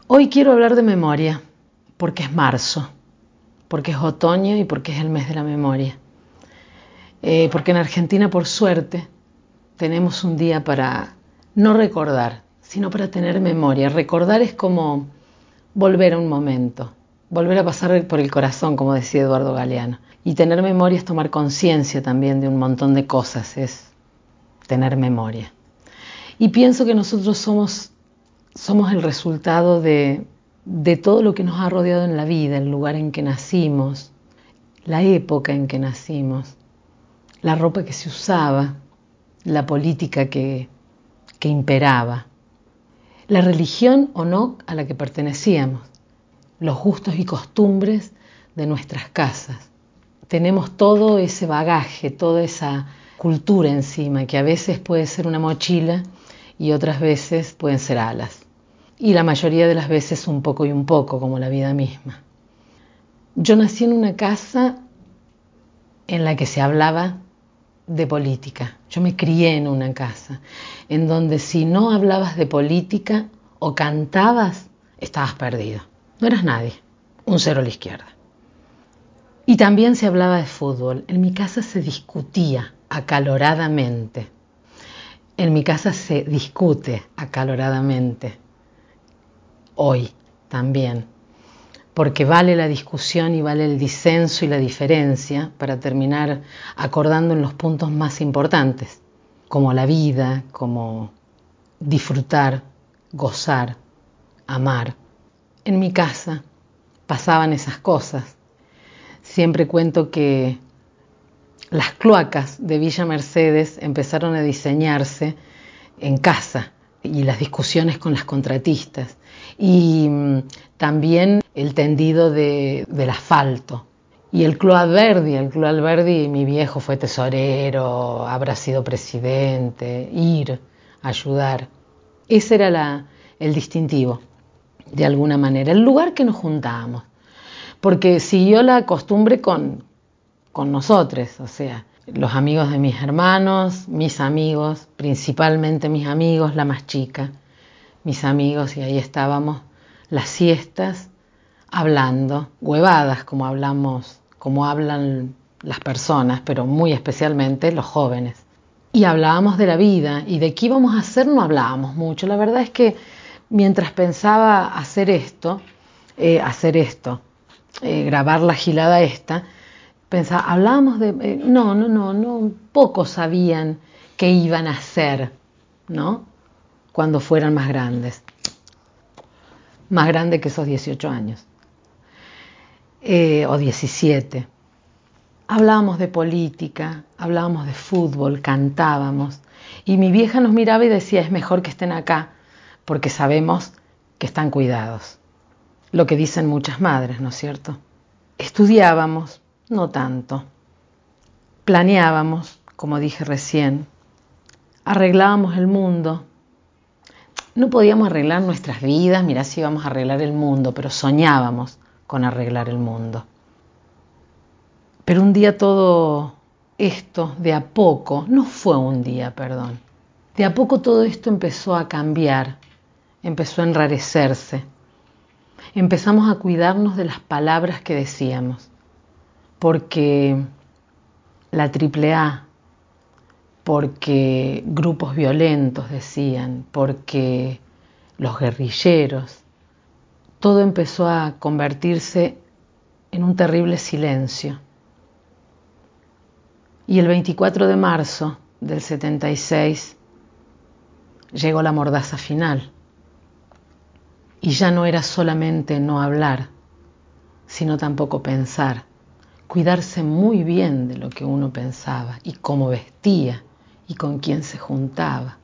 Hoy quiero hablar de memoria, porque es marzo, porque es otoño y porque es el mes de la memoria. Porque en Argentina, por suerte, tenemos un día para no recordar, sino para tener memoria. Recordar es como volver a un momento, volver a pasar por el corazón, como decía Eduardo Galeano. Y tener memoria es tomar conciencia también de un montón de cosas, es tener memoria. Y pienso que nosotros somos el resultado de todo lo que nos ha rodeado en la vida, el lugar en que nacimos, la época en que nacimos, la ropa que se usaba, la política que imperaba, la religión o no a la que pertenecíamos, los gustos y costumbres de nuestras casas. Tenemos todo ese bagaje, toda esa cultura encima, que a veces puede ser una mochila y otras veces pueden ser alas. Y la mayoría de las veces un poco y un poco, como la vida misma. Yo nací en una casa en la que se hablaba de política. Yo me crié en una casa en donde si no hablabas de política o cantabas, estabas perdido. No eras nadie, un cero a la izquierda. Y también se hablaba de fútbol. En mi casa se discutía acaloradamente. En mi casa se discute acaloradamente. Hoy también. Porque vale la discusión y vale el disenso y la diferencia para terminar acordando en los puntos más importantes, como la vida, como disfrutar, gozar, amar. En mi casa pasaban esas cosas. Siempre cuento que las cloacas de Villa Mercedes empezaron a diseñarse en casa y las discusiones con las contratistas y también el tendido del asfalto y el Club Alberdi, mi viejo fue tesorero, habrá sido presidente, ir, ayudar. Ese era el distintivo, de alguna manera, el lugar que nos juntábamos, porque siguió la costumbre con nosotros, o sea, los amigos de mis hermanos, mis amigos, principalmente mis amigos, la más chica, mis amigos, y ahí estábamos las siestas hablando, huevadas como hablamos, como hablan las personas, pero muy especialmente los jóvenes. Y hablábamos de la vida y de qué íbamos a hacer no hablábamos mucho. La verdad es que mientras pensaba hacer esto, grabar la gilada esta, pensaba, hablábamos de... no, pocos sabían qué iban a hacer, ¿no? Cuando fueran más grandes. Más grande que esos 18 años. O 17. Hablábamos de política, hablábamos de fútbol, cantábamos. Y mi vieja nos miraba y decía, es mejor que estén acá, porque sabemos que están cuidados. Lo que dicen muchas madres, ¿no es cierto? Estudiábamos, no tanto. Planeábamos, como dije recién. Arreglábamos el mundo. No podíamos arreglar nuestras vidas, mirá si íbamos a arreglar el mundo, pero soñábamos con arreglar el mundo. Pero un día todo esto, de a poco, no fue un día, perdón, de a poco todo esto empezó a cambiar, empezó a enrarecerse. Empezamos a cuidarnos de las palabras que decíamos, porque la AAA, porque grupos violentos decían, porque los guerrilleros, todo empezó a convertirse en un terrible silencio. Y el 24 de marzo del 76 llegó la mordaza final. Y ya no era solamente no hablar, sino tampoco pensar. Cuidarse muy bien de lo que uno pensaba y cómo vestía y con quién se juntaba.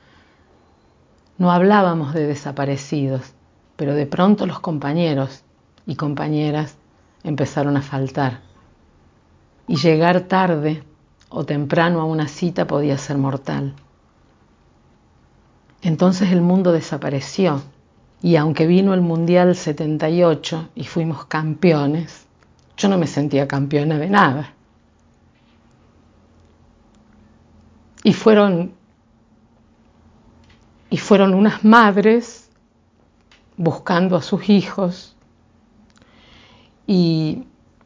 No hablábamos de desaparecidos, pero de pronto los compañeros y compañeras empezaron a faltar. Y llegar tarde o temprano a una cita podía ser mortal. Entonces el mundo desapareció y aunque vino el Mundial 78 y fuimos campeones, yo no me sentía campeona de nada. Y fueron unas madres buscando a sus hijos y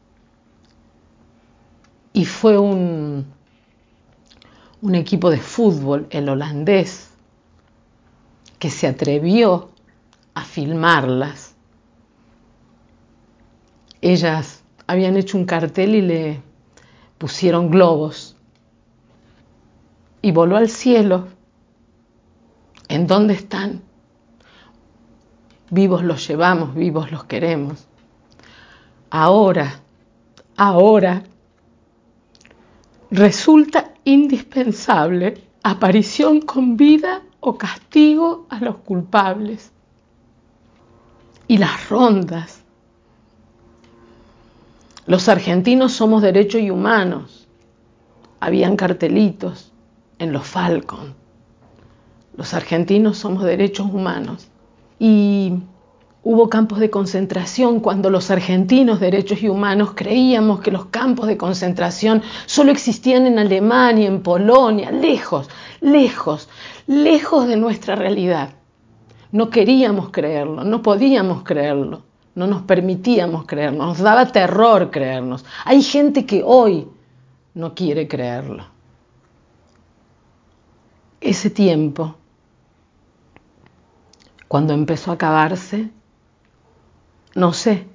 fue un equipo de fútbol, el holandés, que se atrevió a filmarlas. Ellas habían hecho un cartel y le pusieron globos y voló al cielo. ¿En dónde están? Vivos los llevamos, vivos los queremos. Ahora, resulta indispensable aparición con vida o castigo a los culpables. Y las rondas. Los argentinos somos derechos y humanos. Habían cartelitos en los Falcon. Los argentinos somos derechos humanos. Y hubo campos de concentración cuando los argentinos, derechos y humanos, creíamos que los campos de concentración solo existían en Alemania, en Polonia, lejos de nuestra realidad. No queríamos creerlo, no podíamos creerlo, no nos permitíamos creerlo, nos daba terror creernos. Hay gente que hoy no quiere creerlo. Ese tiempo, cuando empezó a acabarse, no sé,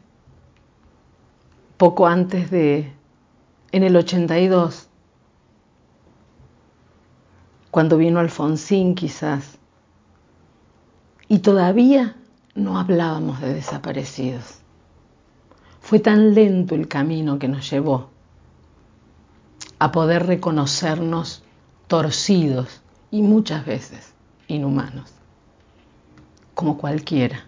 poco antes en el 82, cuando vino Alfonsín quizás, y todavía no hablábamos de desaparecidos. Fue tan lento el camino que nos llevó a poder reconocernos torcidos y muchas veces inhumanos, como cualquiera,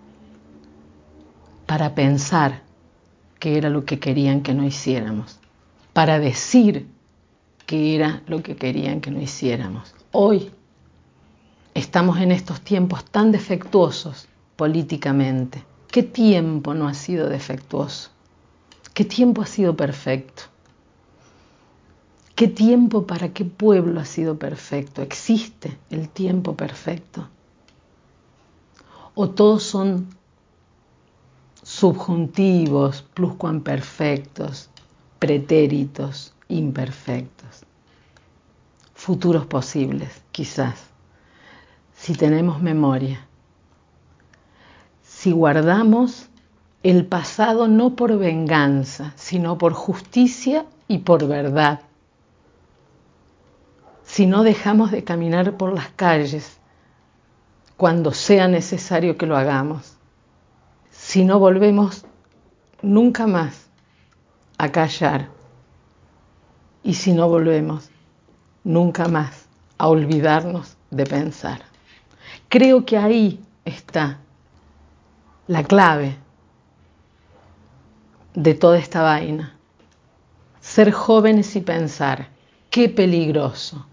para pensar qué era lo que querían que no hiciéramos, para decir qué era lo que querían que no hiciéramos. Hoy estamos en estos tiempos tan defectuosos políticamente. ¿Qué tiempo no ha sido defectuoso? ¿Qué tiempo ha sido perfecto? ¿Qué tiempo para qué pueblo ha sido perfecto? ¿Existe el tiempo perfecto? ¿O todos son subjuntivos, pluscuamperfectos, pretéritos, imperfectos? Futuros posibles, quizás, si tenemos memoria. Si guardamos el pasado no por venganza, sino por justicia y por verdad. Si no dejamos de caminar por las calles cuando sea necesario que lo hagamos. Si no volvemos nunca más a callar. Y si no volvemos nunca más a olvidarnos de pensar. Creo que ahí está la clave de toda esta vaina. Ser jóvenes y pensar. ¡Qué peligroso!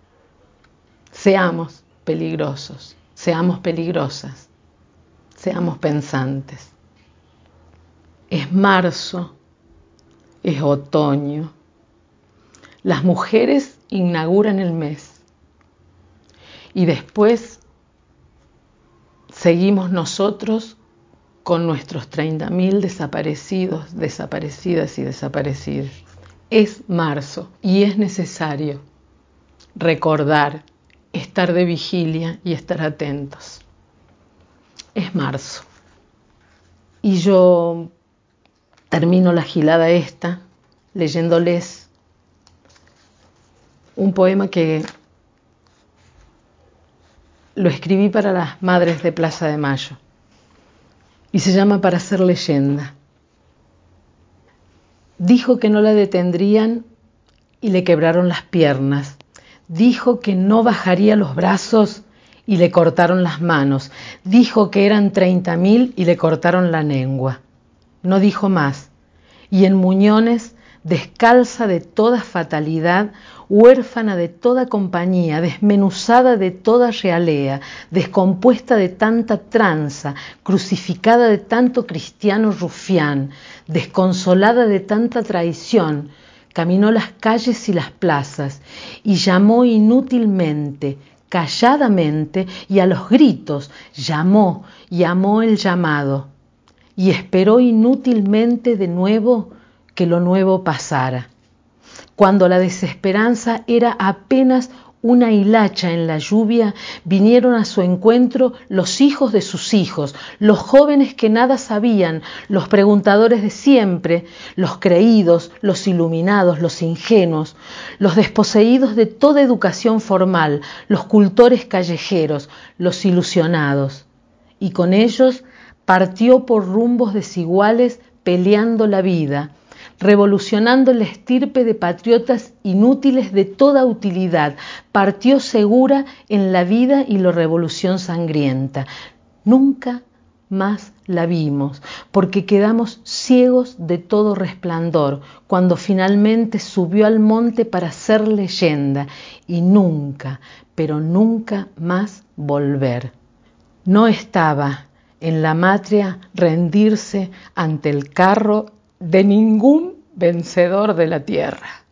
Seamos peligrosos, seamos peligrosas, seamos pensantes. Es marzo, es otoño. Las mujeres inauguran el mes y después seguimos nosotros con nuestros 30.000 desaparecidos, desaparecidas y desaparecidos. Es marzo y es necesario recordar, estar de vigilia y estar atentos. Es marzo. Y yo termino la gilada esta leyéndoles un poema que lo escribí para las madres de Plaza de Mayo y se llama Para ser leyenda. Dijo que no la detendrían y le quebraron las piernas. Dijo que no bajaría los brazos y le cortaron las manos. Dijo que eran 30.000 y le cortaron la lengua. No dijo más. Y en Muñones, descalza de toda fatalidad, huérfana de toda compañía, desmenuzada de toda realea, descompuesta de tanta tranza, crucificada de tanto cristiano rufián, desconsolada de tanta traición, caminó las calles y las plazas y llamó inútilmente, calladamente y a los gritos llamó el llamado y esperó inútilmente de nuevo que lo nuevo pasara. Cuando la desesperanza era apenas una hilacha en la lluvia, vinieron a su encuentro los hijos de sus hijos, los jóvenes que nada sabían, los preguntadores de siempre, los creídos, los iluminados, los ingenuos, los desposeídos de toda educación formal, los cultores callejeros, los ilusionados. Y con ellos partió por rumbos desiguales peleando la vida, revolucionando la estirpe de patriotas inútiles de toda utilidad, partió segura en la vida y la revolución sangrienta. Nunca más la vimos, porque quedamos ciegos de todo resplandor, cuando finalmente subió al monte para ser leyenda y nunca, pero nunca más volver. No estaba en la matria rendirse ante el carro de ningún vencedor de la tierra.